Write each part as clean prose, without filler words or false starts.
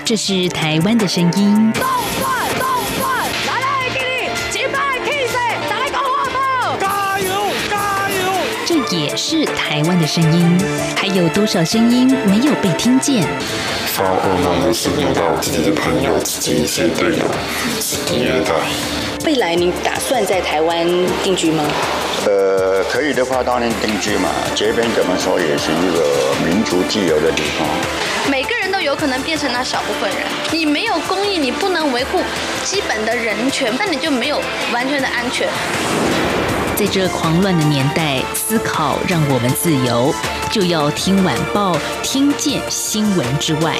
这是台湾的声音。 动转动转，来给你击败气势，再来讲话不？加油加油！ 这也是台湾的声音。还有多少声音没有被听见？ 发噩梦的是遇到自己的朋友、自己一些队友，是第二代。 未来你打算在台湾定居吗？ 可以的话当然定居嘛，这边怎么说也是一个民族自由的地方。 每个人都有可能变成那少部分人，你没有公义，你不能维护基本的人权，那你就没有完全的安全。 在这狂乱的年代，思考让我们自由，就要听晚报，听见新闻之外。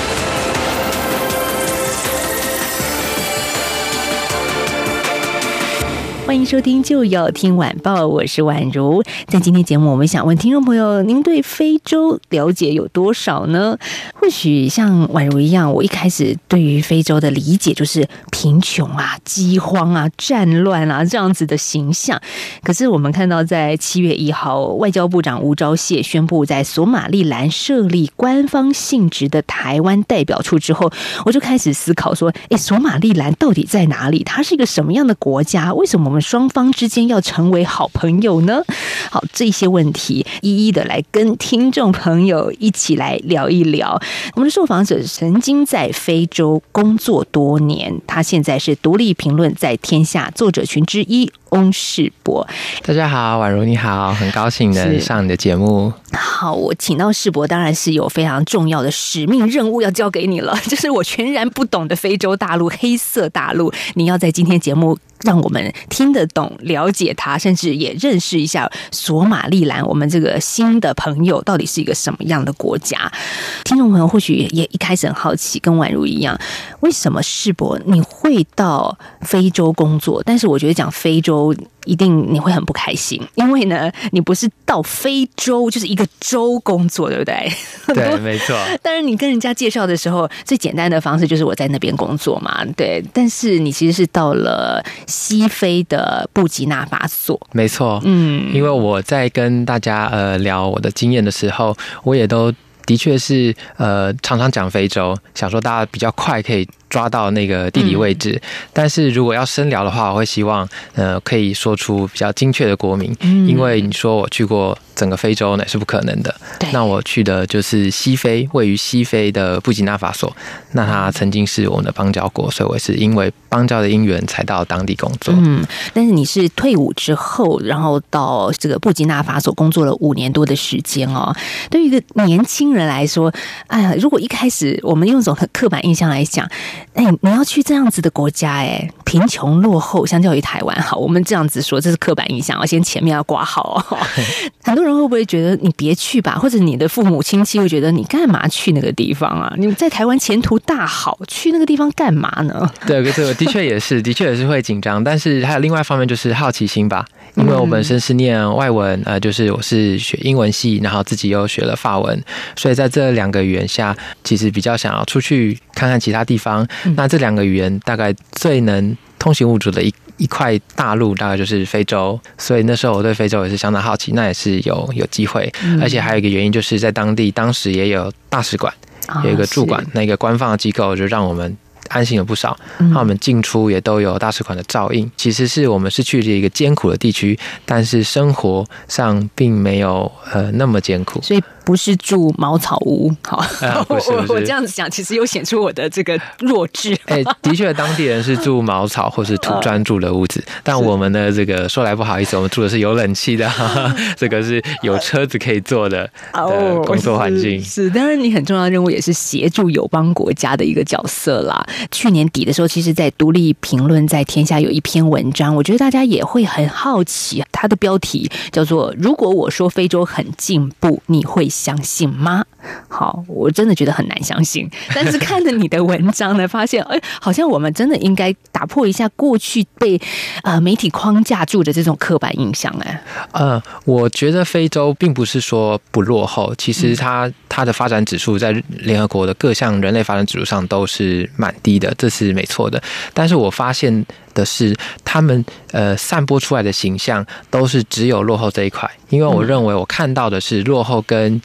欢迎收听就要听晚报，我是婉如。在今天节目，我们想问听众朋友，您对非洲了解有多少呢？或许像婉如一样，我一开始对于非洲的理解就是贫穷啊、饥荒啊、战乱啊这样子的形象。可是我们看到在7月1号，外交部长吴钊燮宣布在索马利兰设立官方性质的台湾代表处之后，我就开始思考说，索马利兰到底在哪里？它是一个什么样的国家？为什么我们双方之间要成为好朋友呢？好，这些问题一一的来跟听众朋友一起来聊一聊。我们的受访者曾经在非洲工作多年，他现在是独立评论在天下作者群之一翁士博。 大家好，婉如你好，很高兴能上你的节目。 好，我请到士博当然是有非常重要的使命任务要交给你了，就是我全然不懂的非洲大陆、黑色大陆，你要在今天节目让我们听得懂、了解它，甚至也认识一下索马利兰，我们这个新的朋友到底是一个什么样的国家。听众朋友或许也一开始很好奇，跟婉如一样，为什么士博你会到非洲工作？但是我觉得讲非洲一定你会很不开心，因为呢，你不是到非洲，就是一个州工作，对不对？ 对，没错。 当然，你跟人家介绍的时候，最简单的方式就是我在那边工作嘛，对。但是你其实是到了西非的布吉纳法索， 没错。因为我在跟大家聊我的经验的时候，我也都的确是常常讲非洲，想说大家比较快可以抓到那个地理位置，但是如果要深聊的话，我会希望可以说出比较精确的国名，因为你说我去过整个非洲那是不可能的。那我去的就是西非，位于西非的布吉纳法索，那它曾经是我们的邦交国，所以我是因为邦交的因缘才到当地工作。 但是你是退伍之后，然后到这个布吉纳法索工作了5年多的时间哦。对于一个年轻人来说，哎呀，如果一开始我们用一种很刻板印象来讲，你要去这样子的国家，贫穷落后，相较于台湾，好，我们这样子说，这是刻板印象，先前面要挂号哦。很多人会不会觉得你别去吧，或者你的父母亲戚会觉得你干嘛去那个地方啊？你在台湾前途大好，去那个地方干嘛呢？ 对，的确也是会紧张，但是还有另外一方面就是好奇心吧。因为我本身是念外文，就是我是学英文系，然后自己又学了法文，所以在这2个语言下，其实比较想要出去看看其他地方。那这2个语言大概最能通行无阻的一块大陆大概就是非洲，所以那时候我对非洲也是相当好奇，那也是有机会。而且还有一个原因就是在当时也有大使馆，有一个驻馆，那个官方的机构就让我们安心了不少，那我们进出也都有大使馆的照应。其实我们是去了一个艰苦的地区，但是生活上并没有那么艰苦， 所以不是住茅草屋。好， 不是我这样子讲，其实又显出我的这个弱智。 的确，当地人是住茅草或是土砖住的屋子，但我们的这个说来不好意思，我们住的是有冷气的，这个是有车子可以坐的工作环境。 是，当然你很重要的任务也是协助友邦国家的一个角色啦。去年底的时候，其实在独立评论在天下有一篇文章，我觉得大家也会很好奇，它的标题叫做如果我说非洲很进步，你会相信吗？好，我真的觉得很难相信，但是看了你的文章呢，发现好像我们真的应该打破一下过去被媒体框架住的这种刻板印象。 我觉得非洲并不是说不落后，其实它的发展指数在联合国的各项人类发展指数上都是蛮低的，这是没错的。但是我发现的是，他们散播出来的形象都是只有落后这一块，因为我认为我看到的是落后跟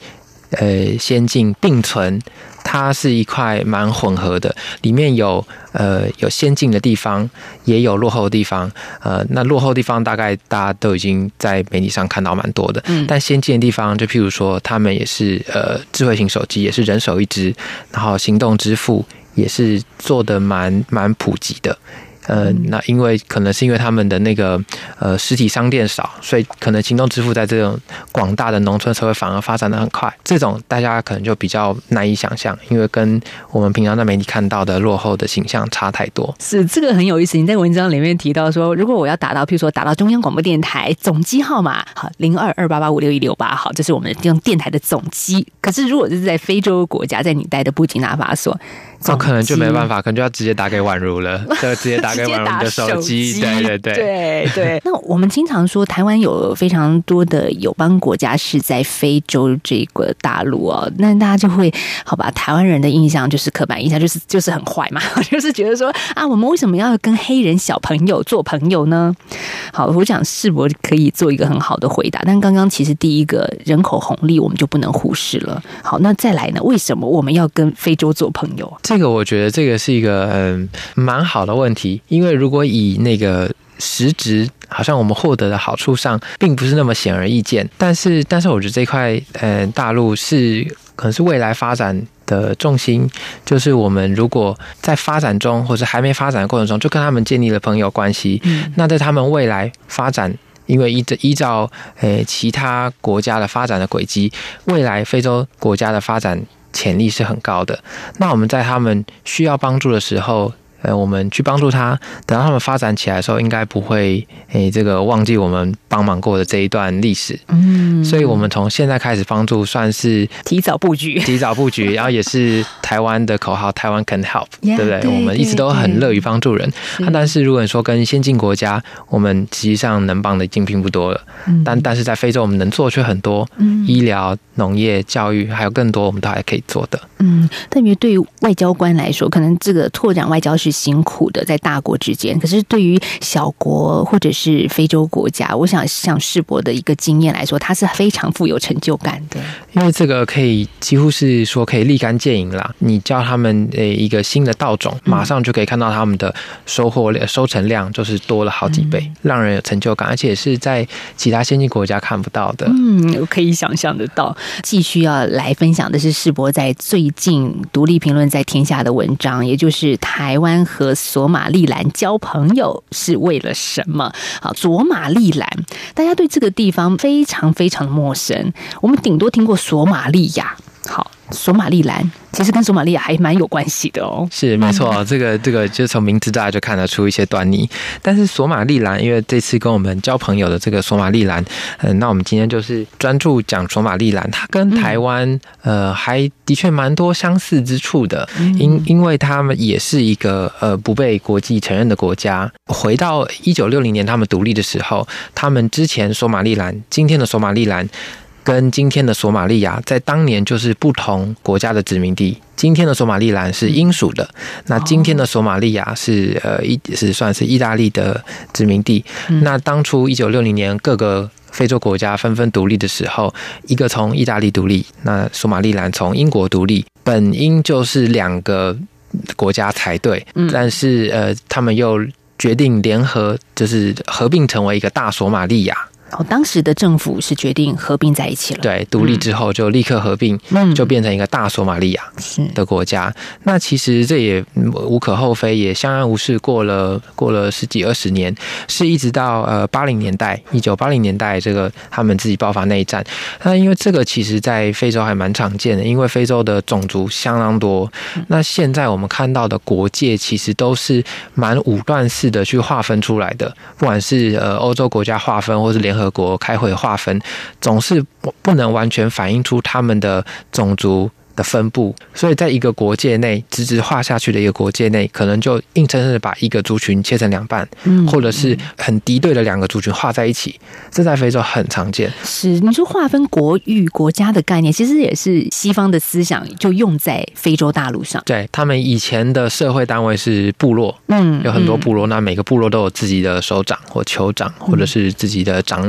先进并存。它是一块蛮混合的，里面有先进的地方，也有落后的地方。那落后的地方大概大家都已经在媒体上看到蛮多的，但先进的地方，就譬如说，他们也是智慧型手机，也是人手一只，然后行动支付也是做的蛮普及的。那可能是因为他们的那个实体商店少，所以可能行动支付在这种广大的农村社会反而发展的很快。这种大家可能就比较难以想象，因为跟我们平常在媒体看到的落后的形象差太多。 是，这个很有意思。你在文章里面提到说，如果我要打到，譬如说打到中央广播电台总机号码好0228856168好，这是我们用电台的总机。可是如果是在非洲国家，在你待的布吉纳法索， 可能就没办法，可能就要直接打给宛如了，就直接打给宛如的手机。 对。那我们经常说，台湾有非常多的友邦国家是在非洲这个大陆哦，那大家就会好吧，台湾人的印象就是刻板印象，就是很坏嘛，就是觉得说啊，我们为什么要跟黑人小朋友做朋友呢？好，我想世博可以做一个很好的回答，但刚刚其实第一个人口红利我们就不能忽视了。好，那再来呢？为什么我们要跟非洲做朋友？ 这个我觉得这个是一个蛮好的问题，因为如果以那个实质，好像我们获得的好处上，并不是那么显而易见。但是我觉得这块大陆可能是未来发展的重心，就是我们如果在发展中或者还没发展的过程中，就跟他们建立了朋友关系，那在他们未来发展。因为依照其他国家的发展的轨迹，未来非洲国家的发展潜力是很高的。那我们在他们需要帮助的时候，我们去帮助他，等到他们发展起来的时候，应该不会这个忘记我们帮忙过的这一段历史。所以我们从现在开始帮助，算是提早布局， 然后也是台湾的口号，台湾 can help， 对不对？我们一直都很乐于帮助人。但是如果你说跟先进国家，我们实际上能帮的已经并不多了。但是在非洲，我们能做却很多，医疗、农业、教育，还有更多我们都还可以做的。 特别对于外交官来说，可能这个拓展外交是辛苦的，在大国之间。可是对于小国或者是非洲国家，我想像世博的一个经验来说，它是非常富有成就感的。 因为这个可以几乎是说可以立竿见影啦。你教他们一个新的稻种，马上就可以看到他们的收成量就是多了好几倍，让人有成就感，而且是在其他先进国家看不到的。 我可以想象得到。继续要来分享的是世博在最近独立评论在天下的文章，也就是台湾和索马利兰交朋友是为了什么？好，索马利兰，大家对这个地方非常非常的陌生，我们顶多听过索马利亚。好，索马利兰其实跟索马利亚还蛮有关系的哦。 是没错，这个就从名字大家就看得出一些端倪。但是索马利兰，因为这次跟我们交朋友的这个索马利兰，那我们今天就是专注讲索马利兰，它跟台湾还的确蛮多相似之处的，因为他们也是一个不被国际承认的国家。回到1960年他们独立的时候，他们之前索马利兰，今天的索马利兰。跟今天的索马利亚在当年就是不同国家的殖民地。今天的索马利兰是英属的，那今天的索马利亚是算是意大利的殖民地。那当初1960年各个非洲国家纷纷独立的时候，一个从意大利独立，那索马利兰从英国独立，本应就是两个国家才对，但是他们又决定联合，就是合并成为一个大索马利亚。 当时的政府是决定合并在一起了。 对，独立之后就立刻合并，就变成一个大索马利亚的国家。那其实这也无可厚非，也相安无事，过了十几20年，是一直到1980年代，这个他们自己爆发内战。那因为这个其实在非洲还蛮常见的，因为非洲的种族相当多。那现在我们看到的国界其实都是蛮武断式的去划分出来的，不管是欧洲国家划分，或是联合国开会划分，总是不能完全反映出他们的种族的分布，所以在一个国界内直直画下去的一个国界内，可能就硬生生的把一个族群切成两半，或者是很敌对的两个族群画在一起，这在非洲很常见。是你说划分国域国家的概念，其实也是西方的思想就用在非洲大陆上。 对，他们以前的社会单位是部落，有很多部落，那每个部落都有自己的首长或酋长，或者是自己的长老。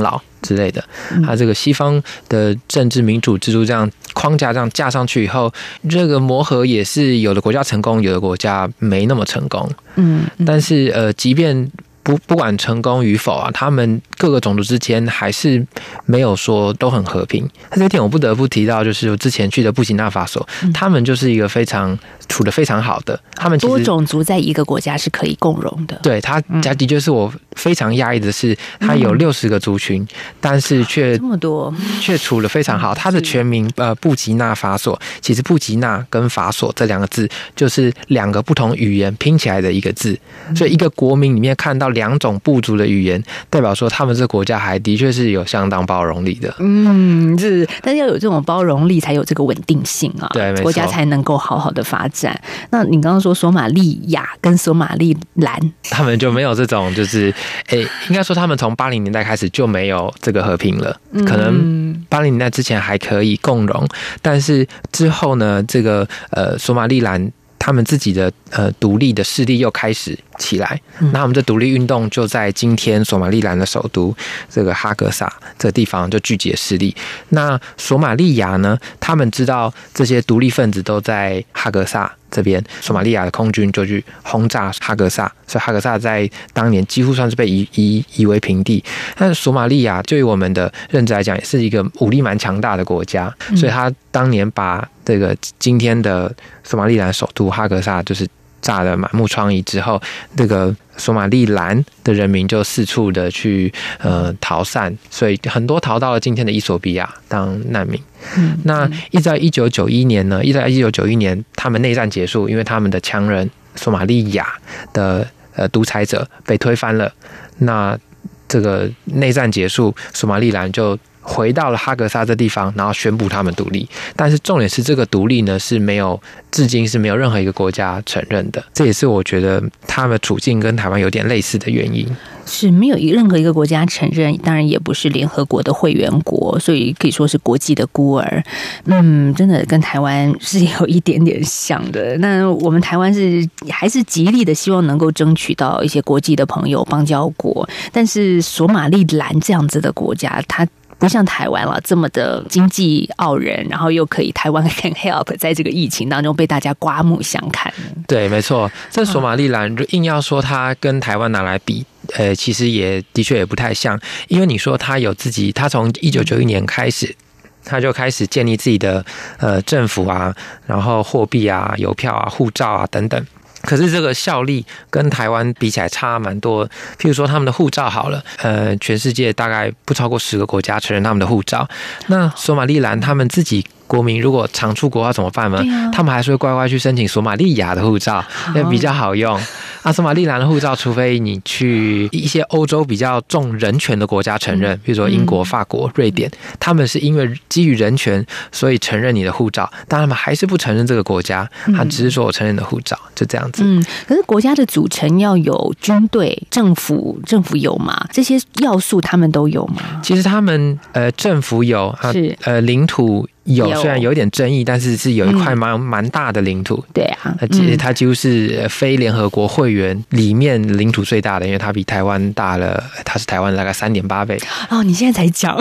之类的。它这个西方的政治民主制度这样框架这样架上去以后，这个磨合也是有的国家成功，有的国家没那么成功。但是即便不管成功与否啊，他们各个种族之间还是没有说都很和平。这一点我不得不提到，就是我之前去的布吉纳法索，他们就是一个处得非常好的，他们其实多种族在一个国家是可以共荣的。 对，他的确是我非常压抑的是，他有60个族群，但是却这么多， 却处得非常好。他的全名布吉纳法索，其实布吉纳跟法索这2个字就是2个不同语言拼起来的一个字，所以一个国民里面看到2种部族的语言，代表说他们这个国家还的确是有相当包容力的。 是，但是要有这种包容力，才有这个稳定性啊， 对，没错， 国家才能够好好的发展。那你刚刚说索马利亚跟索马利兰， 他们就没有这种，就是应该说他们从80年代开始就没有这个和平了。可能80年代之前还可以共荣，但是之后呢，这个索马利兰他们自己的独立的势力又开始起来，那他们这独立运动就在今天索马利兰的首都这个哈格萨这个地方就聚集势力。那索马利亚呢，他们知道这些独立分子都在哈格萨这边，索马利亚的空军就去轰炸哈格萨，所以哈格萨在当年几乎算是被夷为平地。但是索马利亚就以我们的认知来讲，也是一个武力蛮强大的国家，所以他当年把这个今天的索马利兰首都哈格萨就是炸得满目疮痍之后，这个索马利兰的人民就四处的去逃散，所以很多逃到了今天的伊索比亚当难民。那一直到1991年呢，他们内战结束，因为他们的强人索马利亚的独裁者被推翻了。那这个内战结束，索马利兰就回到了哈格萨这地方，然后宣布他们独立。但是重点是这个独立呢至今是没有任何一个国家承认的，这也是我觉得他们的处境跟台湾有点类似的原因。 是没有任何一个国家承认，当然也不是联合国的会员国，所以可以说是国际的孤儿。真的跟台湾是有一点点像的。那我们台湾还是极力的希望能够争取到一些国际的朋友邦交国，但是索马利兰这样子的国家，它不像台湾了这么的经济傲人，然后又可以台湾 can help 在这个疫情当中被大家刮目相看。 对，没错，这索马利兰硬要说它跟台湾拿来比，其实也的确也不太像，因为你说它从1991年开始。他就开始建立自己的政府啊，然后货币啊、邮票啊、护照啊等等。可是这个效力跟台湾比起来差蛮多。譬如说他们的护照好了，全世界大概不超过10个国家承认他们的护照。那索马利兰他们自己国民如果常出国要怎么办呢？他们还是会乖乖去申请索马利亚的护照，比较好用。索马利兰的护照，除非你去一些欧洲比较重人权的国家承认，比如说英国、法国、瑞典，他们是因为基于人权，所以承认你的护照，但他们还是不承认这个国家，他只是说我承认你的护照，就这样子。 可是国家的组成要有军队、政府有吗？这些要素他们都有吗？ 其实他们政府有，领土有，虽然有一点争议，但是有一块蛮大的领土。对啊，它几乎是非联合国会员里面领土最大的，因为它比台湾大了，它是台湾大概3.8倍。你现在才讲，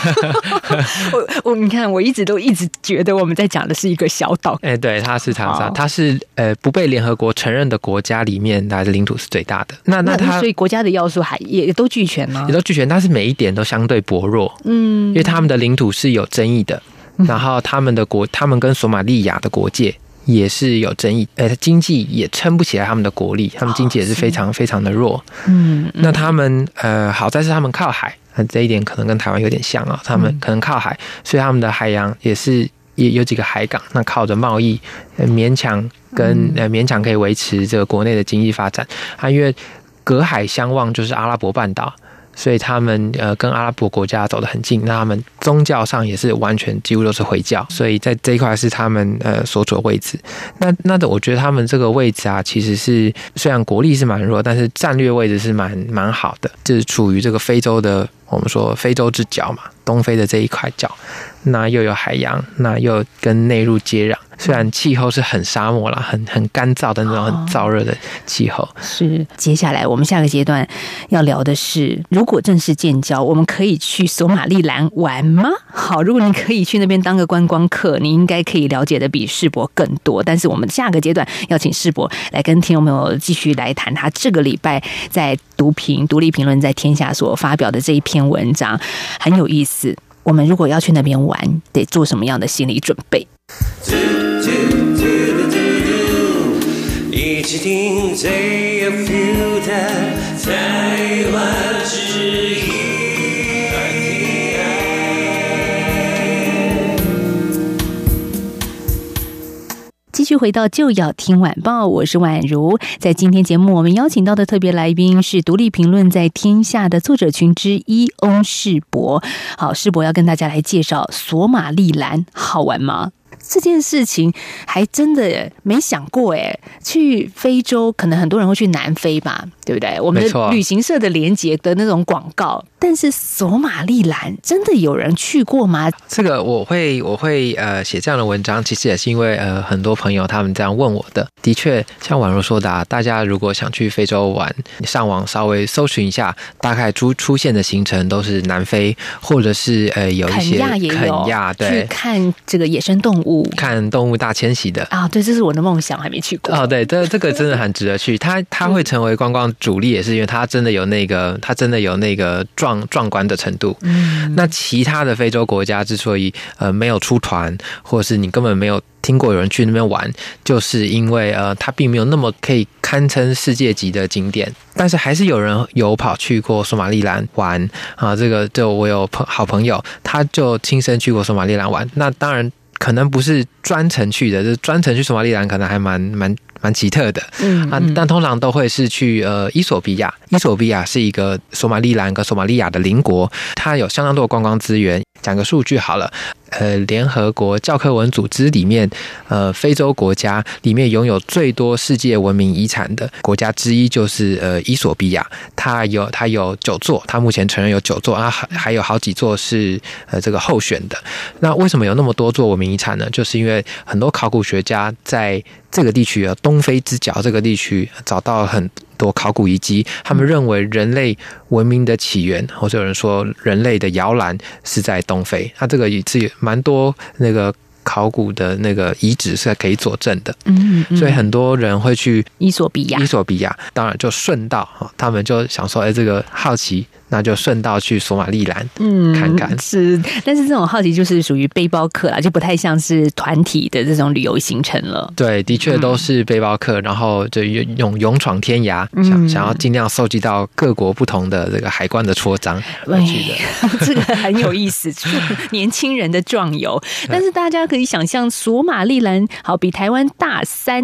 你看，我一直觉得我们在讲的是一个小岛。 对，它是它是不被联合国承认的国家里面，它的领土是最大的。那它所以国家的要素也都俱全吗？ 也都俱全，但是每一点都相对薄弱。因为他们的领土是有争议的。然后他们跟索马利亚的国界也是有争议，经济也撑不起来他们的国力，他们经济也是非常非常的弱。那他们好在是他们靠海，这一点可能跟台湾有点像啊，他们可能靠海，所以他们的海洋也有几个海港，那靠着贸易勉强可以维持这个国内的经济发展。因为隔海相望就是阿拉伯半岛。所以他们跟阿拉伯国家走得很近，那他们宗教上也是完全几乎都是回教，所以在这一块是他们所处的位置。那我觉得他们这个位置啊，其实是虽然国力是蛮弱，但是战略位置是蛮好的，就是处于这个非洲的我们说非洲之角嘛，东非的这一块角，那又有海洋，那又跟内陆接壤。虽然气候是很沙漠啦，很干燥的那种很燥热的气候。 是，接下来我们下个阶段要聊的是，如果正式建交，我们可以去索马利兰玩吗？好，如果你可以去那边当个观光客，你应该可以了解的比世博更多。但是我们下个阶段要请世博来跟听众朋友继续来谈他这个礼拜在独立评论在天下所发表的这一篇文章，很有意思。我们如果要去那边玩，得做什么样的心理准备？ 一起听最有 feel 的台湾之音。 继续回到就要听晚报，我是婉如。在今天节目，我们邀请到的特别来宾是独立评论在天下的作者群之一翁世博。好，世博要跟大家来介绍索马利兰，好玩吗？这件事情还真的没想过哎，去非洲可能很多人会去南非吧，对不对？我们的旅行社的连结的那种广告，但是索马利兰真的有人去过吗？ 这个我会写这样的文章，其实也是因为很多朋友他们这样问我的。的确，像婉如说的大家如果想去非洲玩，你上网稍微搜寻一下，大概出现的行程都是南非，或者是有一些肯亚，对， 去看这个野生动物。 看动物大迁徙的啊，对，这是我的梦想，还没去过。 哦，对，这个真的很值得去。它会成为观光主力，也是因为它真的有那个壮观的程度。那其他的非洲国家之所以没有出团，或者是你根本没有听过有人去那边玩，就是因为它并没有那么可以堪称世界级的景点。但是还是有人有跑去过索马利兰玩啊，这个就我有好朋友，他就亲身去过索马利兰玩。那当然。可能不是专程去的，就是专程去索马利兰，可能还蛮奇特的。但通常都会是去伊索比亚。伊索比亚是一个索马利兰跟索马利亚的邻国，它有相当多的观光资源。讲个数据好了，联合国教科文组织里面，非洲国家里面拥有最多世界文明遗产的国家之一就是伊索比亚，它有9座，它目前承认有9座啊，还有好几座是这个候选的。那为什么有那么多座文明遗产呢？就是因为很多考古学家在这个地区东非之角这个地区找到很多考古遗迹，他们认为人类文明的起源，或者有人说人类的摇篮是在东非。那这个也是蛮多那个考古的那个遗址是可以佐证的。所以很多人会去伊索比亚，当然就顺道，他们就想说，这个好奇。那就顺道去索马利兰看看。 是，但是这种好奇就是属于背包客啦，就不太像是团体的这种旅游行程了。 对，的确都是背包客，然后就勇闯天涯，想要尽量收集到各国不同的这个海关的戳章去的。 这个很有意思，年轻人的壮游。但是大家可以想象，索马利兰好比台湾大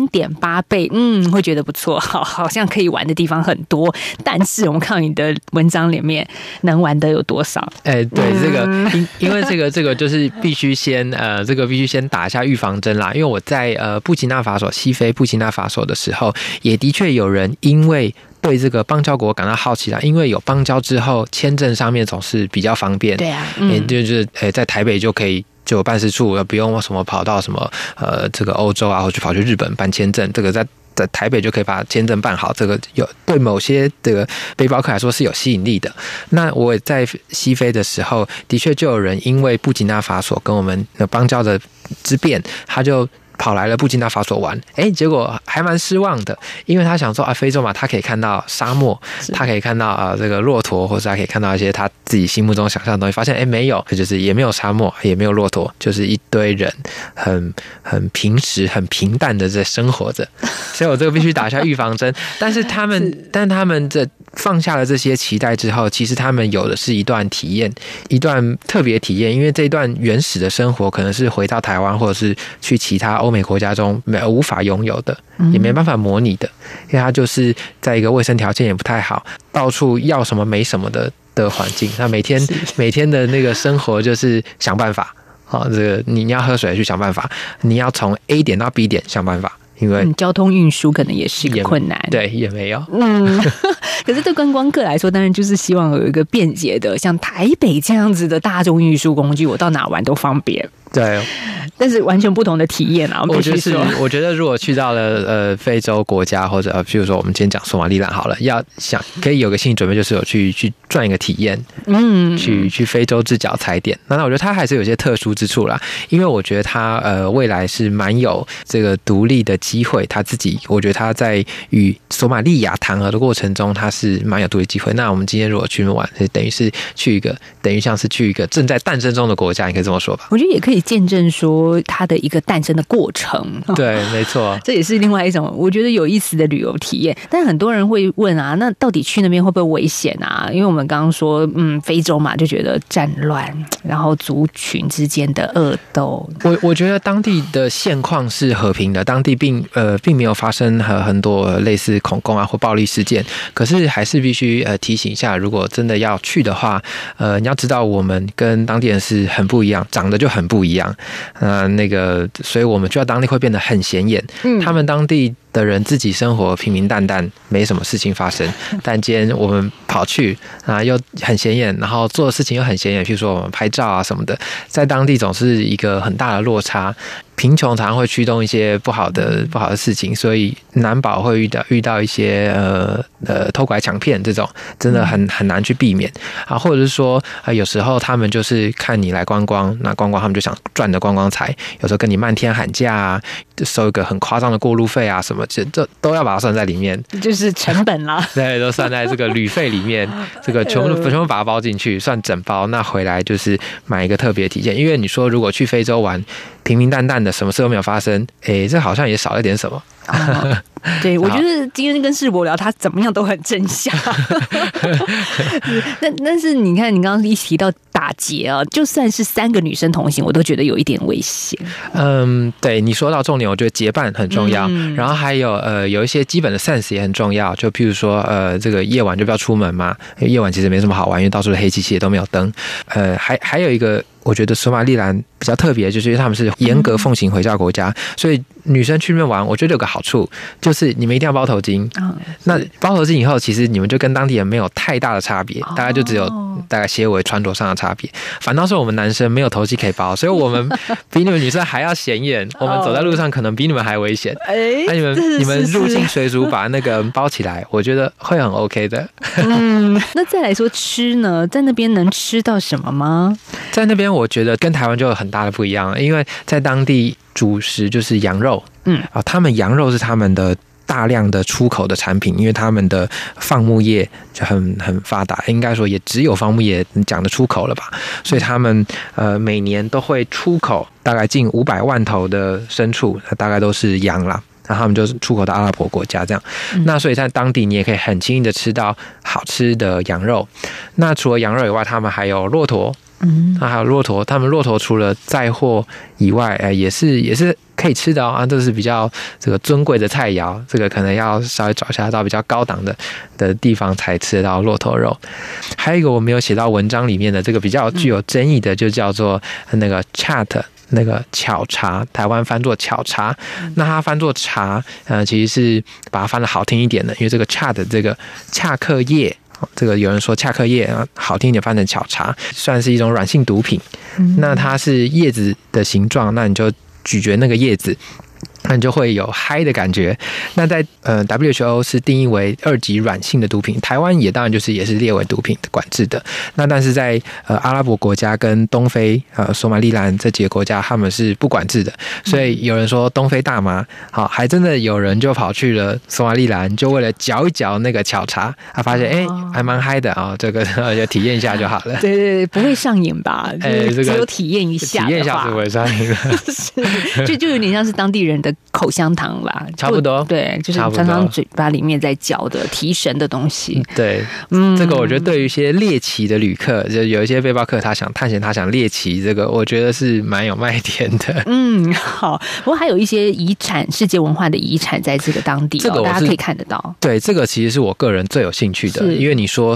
3.8倍，会觉得不错，好像可以玩的地方很多。但是我们看到你的文章里面能玩的有多少？ 对，这个因为这个就是必须先打一下预防针啦。因为我在布吉纳法索西非布吉纳法索的时候，也的确有人因为对这个邦交国感到好奇啦，因为有邦交之后，签证上面总是比较方便。 对啊， 就是在台北就可以。就有办事处，不用什么跑到什么这个欧洲啊，或者跑去日本办签证，这个在台北就可以把签证办好，这个有对某些这个背包客来说是有吸引力的。那我在西非的时候，的确就有人因为布吉纳法索跟我们的邦交的之变，他就跑来了布吉纳法索玩，结果还蛮失望的，因为他想说非洲嘛，他可以看到沙漠，他可以看到这个骆驼，或者他可以看到一些他自己心目中想象的东西，发现没有，就是也没有沙漠，也没有骆驼，就是一堆人很平时很平淡的在生活着，所以我这个必须打一下预防针。但他们这放下了这些期待之后，其实他们有的是一段体验，一段特别体验，因为这一段原始的生活可能是回到台湾或者是去其他欧美国家中无法拥有的，也没办法模拟的，因为它就是在一个卫生条件也不太好，到处要什么没什么的环境。那每天的那个生活就是想办法，这个你要喝水去想办法，你要从 A 点到 B 点想办法。 因为交通运输可能也是一个困难， 对，也没有。 可是对观光客来说，当然就是希望有一个便捷的，像台北这样子的大众运输工具，我到哪玩都方便。 对， 但是完全不同的体验啊！ 我觉得如果去到了非洲国家，或者譬如说我们今天讲索马利兰好了，要想可以有个心理准备，就是有去赚一个体验，去非洲之角踩点。那我觉得它还是有些特殊之处啦，因为我觉得它未来是蛮有这个独立的机会，他自己我觉得他在与索马利亚谈和的过程中，他是蛮有独立机会。那我们今天如果去玩，等于像是去一个正在诞生中的国家，你可以这么说吧？ 我觉得也可以见证说它的一个诞生的过程。 对，没错， 这也是另外一种我觉得有意思的旅游体验。但很多人会问啊，那到底去那边会不会危险啊？因为我们刚刚说，非洲嘛，就觉得战乱，然后族群之间的恶斗。 我觉得当地的现况是和平的，当地并没有发生很多类似恐攻啊或暴力事件。可是还是必须提醒一下，如果真的要去的话，你要知道我们跟当地人是很不一样，长得就很不一样。所以我们去到当地会变得很显眼。他们当地的人自己生活平平淡淡，没什么事情发生。但今天我们跑去又很显眼，然后做的事情又很显眼，譬如说我们拍照啊什么的，在当地总是一个很大的落差。贫穷常常会驱动一些不好的事情，所以难保会遇到一些偷拐抢骗这种，真的很难去避免啊。或者是说有时候他们就是看你来观光，那观光他们就想赚的观光财，有时候跟你漫天喊价啊，收一个很夸张的过路费啊什么，这都要把它算在里面， 就是成本啦。 对，都算在这个旅费里面，这个全部把它包进去，算整包。那回来就是买一个特别体验，因为你说如果去非洲玩，平平淡淡的，什么事都没有发生，这好像也少了点什么。 对，我觉得今天跟世博聊，他怎么样都很正向。但是你看，你刚刚一提到打劫啊，就算是3个女生同行，我都觉得有一点危险。 对，你说到重点，我觉得结伴很重要，然后还有一些基本的 sense 也很重要。就譬如说这个夜晚就不要出门嘛，夜晚其实没什么好玩，因为到处黑漆漆的都没有灯。还有一个。我觉得索马利兰比较特别，就是因为他们是严格奉行回教国家，所以女生去那边玩，我觉得有个好处，就是你们一定要包头巾。那包头巾以后，其实你们就跟当地人没有太大的差别，大概就只有大概些微穿着上的差别。反倒是我们男生没有头巾可以包，所以我们比你们女生还要显眼。我们走在路上可能比你们还危险。那你们入境随俗把那个包起来，我觉得会很 OK 的。 那再来说吃呢，在那边能吃到什么吗？ 在那边我觉得跟台湾就有很大的不一样，因为在当地主食就是羊肉，他们羊肉是他们的大量的出口的产品，因为他们的放牧业就很发达，应该说也只有放牧业讲的出口了吧，所以他们每年都会出口大概近500万头的牲畜，大概都是羊啦。然后他们就是出口到阿拉伯国家这样，那所以在当地你也可以很轻易的吃到好吃的羊肉。那除了羊肉以外，他们还有骆驼，还有骆驼。他们骆驼除了载货以外，也是可以吃的啊。这是比较这个尊贵的菜肴，这个可能要稍微找一下到比较高档的地方才吃得到骆驼肉。还有一个我没有写到文章里面的，这个比较具有争议的，就叫做那个 chat。那个巧茶，台湾翻作巧茶，那它翻作茶，其实是把它翻得好听一点的，因为这个恰的这个恰克叶，这个有人说恰克叶好听一点翻成巧茶，算是一种软性毒品。那它是叶子的形状，那你就咀嚼那个叶子。那你就会有嗨的感觉。那在WHO 是定义为2级软性的毒品，台湾也当然也是列为毒品管制的。那但是在阿拉伯国家跟东非索马利兰这几个国家，他们是不管制的。所以有人说东非大麻，好，还真的有人就跑去了索马利兰，就为了嚼一嚼那个巧茶，发现还蛮嗨的啊，这个就体验一下就好了。 对，不会上瘾吧？只有体验一下， 体验一下是不会上瘾的。 就有点像是当地人的口香糖吧， 差不多。 对，就是常常嘴巴里面在嚼的提神的东西。 对，这个我觉得对于一些猎奇的旅客，就有一些背包客，他想探险，他想猎奇，这个我觉得是蛮有卖点的。 好。不过还有一些遗产，世界文化的遗产在这个当地，这个大家可以看得到。 对，这个其实是我个人最有兴趣的，因为你说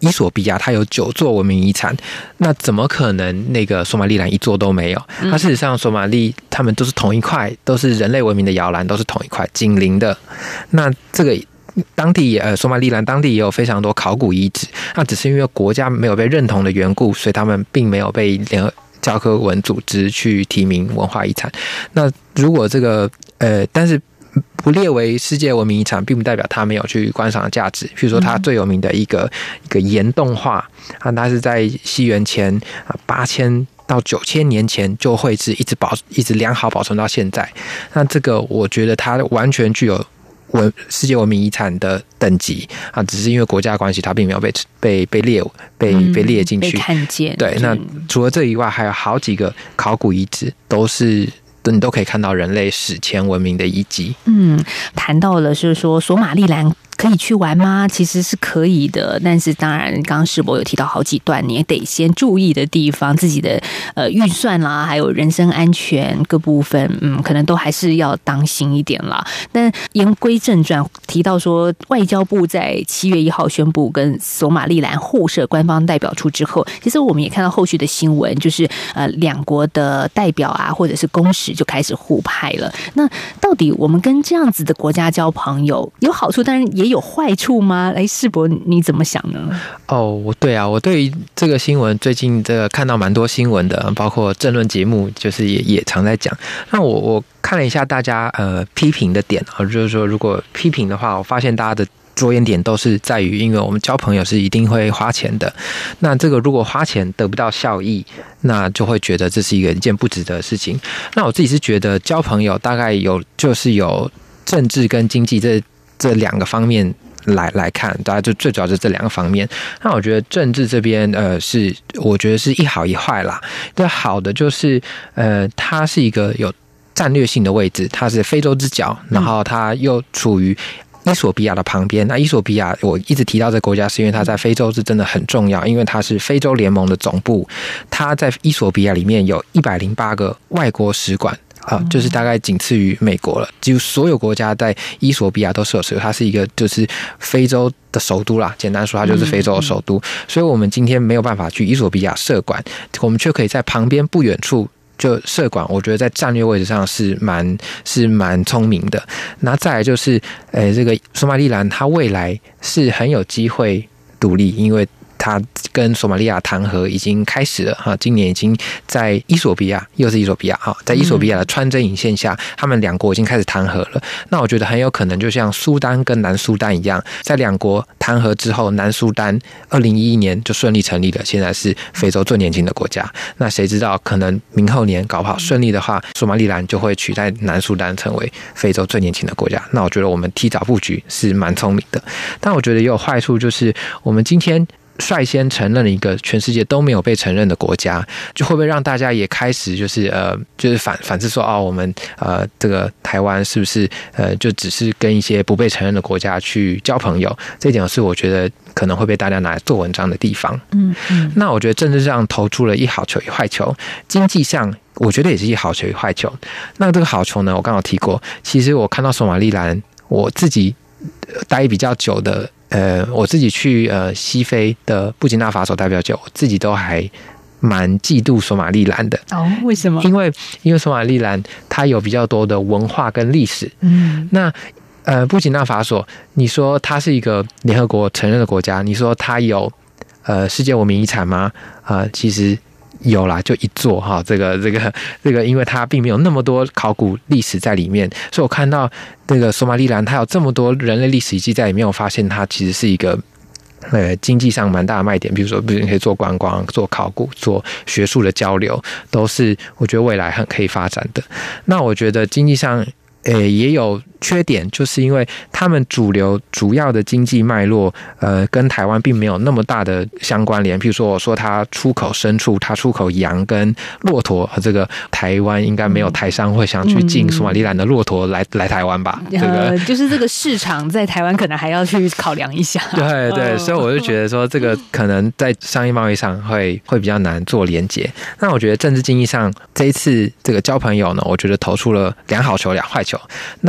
伊索比亚它有9座文明遗产，那怎么可能那个索马利兰1座都没有？它事实上索马利他们都是同一块，都是人类文明的摇篮，都是同一块紧邻的。那这个当地索马利兰当地也有非常多考古遗址，那只是因为国家没有被认同的缘故，所以他们并没有被联合教科文组织去提名文化遗产。那如果这个但是不列为世界文明遗产，并不代表它没有去观赏的价值。比如说，它最有名的一个岩洞画啊，它是在西元前8000到9000年前就绘制，一直良好保存到现在。那这个我觉得它完全具有世界文明遗产的等级啊，只是因为国家的关系，它并没有被列进去， 被看见。 对，那除了这以外，还有好几个考古遗址你都可以看到人类史前文明的遗迹。 谈到了就是说索马利兰可以去玩吗？其实是可以的，但是当然，刚刚世博有提到好几段，你也得先注意的地方，自己的预算啦，还有人身安全各部分，可能都还是要当心一点啦。但言归正传，提到说外交部在7月1号宣布跟索马利兰互设官方代表处之后，其实我们也看到后续的新闻，就是两国的代表啊，或者是公使就开始互派了。那到底我们跟这样子的国家交朋友有好处，当然也有坏处吗？世博你怎么想呢？ 对啊，我对于这个新闻最近看到蛮多新闻的，包括政论节目，就是也常在讲。那我看了一下大家批评的点，就是说如果批评的话，我发现大家的着眼点都是在于，因为我们交朋友是一定会花钱的，那这个如果花钱得不到效益，那就会觉得这是一件不值得的事情。那我自己是觉得交朋友大概就是有政治跟经济这两个方面来看，大家就最主要是这两个方面。那我觉得政治这边我觉得是一好一坏啦。这好的就是它是一个有战略性的位置，它是非洲之角，然后它又处于伊索比亚的旁边。那伊索比亚我一直提到这个国家是因为它在非洲是真的很重要，因为它是非洲联盟的总部，它在伊索比亚里面有108个外国使馆，就是大概仅次于美国了。几乎所有国家在伊索比亚都是有使，它是一个就是非洲的首都啦。简单说，它就是非洲的首都。所以我们今天没有办法去伊索比亚设馆，我们却可以在旁边不远处就设馆。我觉得在战略位置上是蛮聪明的。那再来就是这个索马利兰它未来是很有机会独立，因为他跟索马利亚谈和已经开始了哈，今年已经在伊索比亚，又是伊索比亚哈，在伊索比亚的穿针引线下，他们两国已经开始谈和了。那我觉得很有可能就像苏丹跟南苏丹一样，在两国谈和之后，南苏丹2011年就顺利成立了，现在是非洲最年轻的国家。那谁知道可能明后年搞不好顺利的话，索马利兰就会取代南苏丹成为非洲最年轻的国家。那我觉得我们提早布局是蛮聪明的，但我觉得也有坏处，就是我们今天率先承认了一个全世界都没有被承认的国家，就会不会让大家也开始就是反思说我们这个台湾是不是就只是跟一些不被承认的国家去交朋友？这一点是我觉得可能会被大家拿来做文章的地方。那我觉得政治上投出了一好球一坏球，经济上我觉得也是一好球一坏球。那这个好球呢，我刚好提过，其实我看到索马利兰，我自己待比较久的。我自己去西非的布吉纳法索代表久，我自己都还蛮嫉妒索马利兰的。 为什么？ 因为索马利兰它有比较多的文化跟历史。那布吉纳法索，你说它是一个联合国承认的国家，你说它有世界文明遗产吗？其实有啦，就一座哈，这个，因为它并没有那么多考古历史在里面，所以我看到这个索马利兰它有这么多人类历史遗迹在里面，我发现它其实是一个经济上蛮大的卖点。比如说你可以做观光、做考古、做学术的交流，都是我觉得未来很可以发展的。那我觉得经济上也有缺点，就是因为他们主要的经济脉络跟台湾并没有那么大的相关联。譬如说我说他出口牲畜，他出口羊跟骆驼，这个台湾应该没有台商会想去进索马利兰的骆驼来台湾吧？这个就是这个市场在台湾可能还要去考量一下。 对对，所以我就觉得说这个可能在商业贸易上会比较难做连结。那我觉得政治经济上这一次这个交朋友呢，我觉得投出了2好球2坏球。那这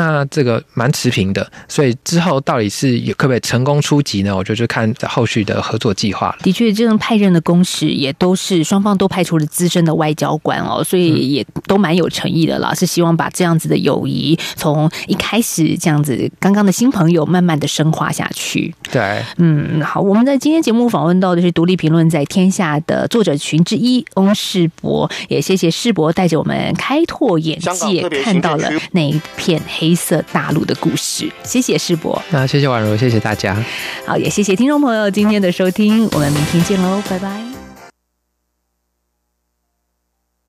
个蛮持平的，所以之后到底是可不可以成功出击呢？我觉得就看后续的合作计划了。 的确，这种派任的公使也都是双方都派出了资深的外交官哦，所以也都蛮有诚意的啦，是希望把这样子的友谊从一开始这样子刚刚的新朋友慢慢的深化下去。 对， 好，我们在今天节目访问到的是独立评论在天下的作者群之一翁世博，也谢谢世博带着我们开拓眼界，看到了那一片黑色大陆的故事。谢谢世博， 那谢谢婉如，谢谢大家。 好，也谢谢听众朋友今天的收听，我们明天见喽，拜拜。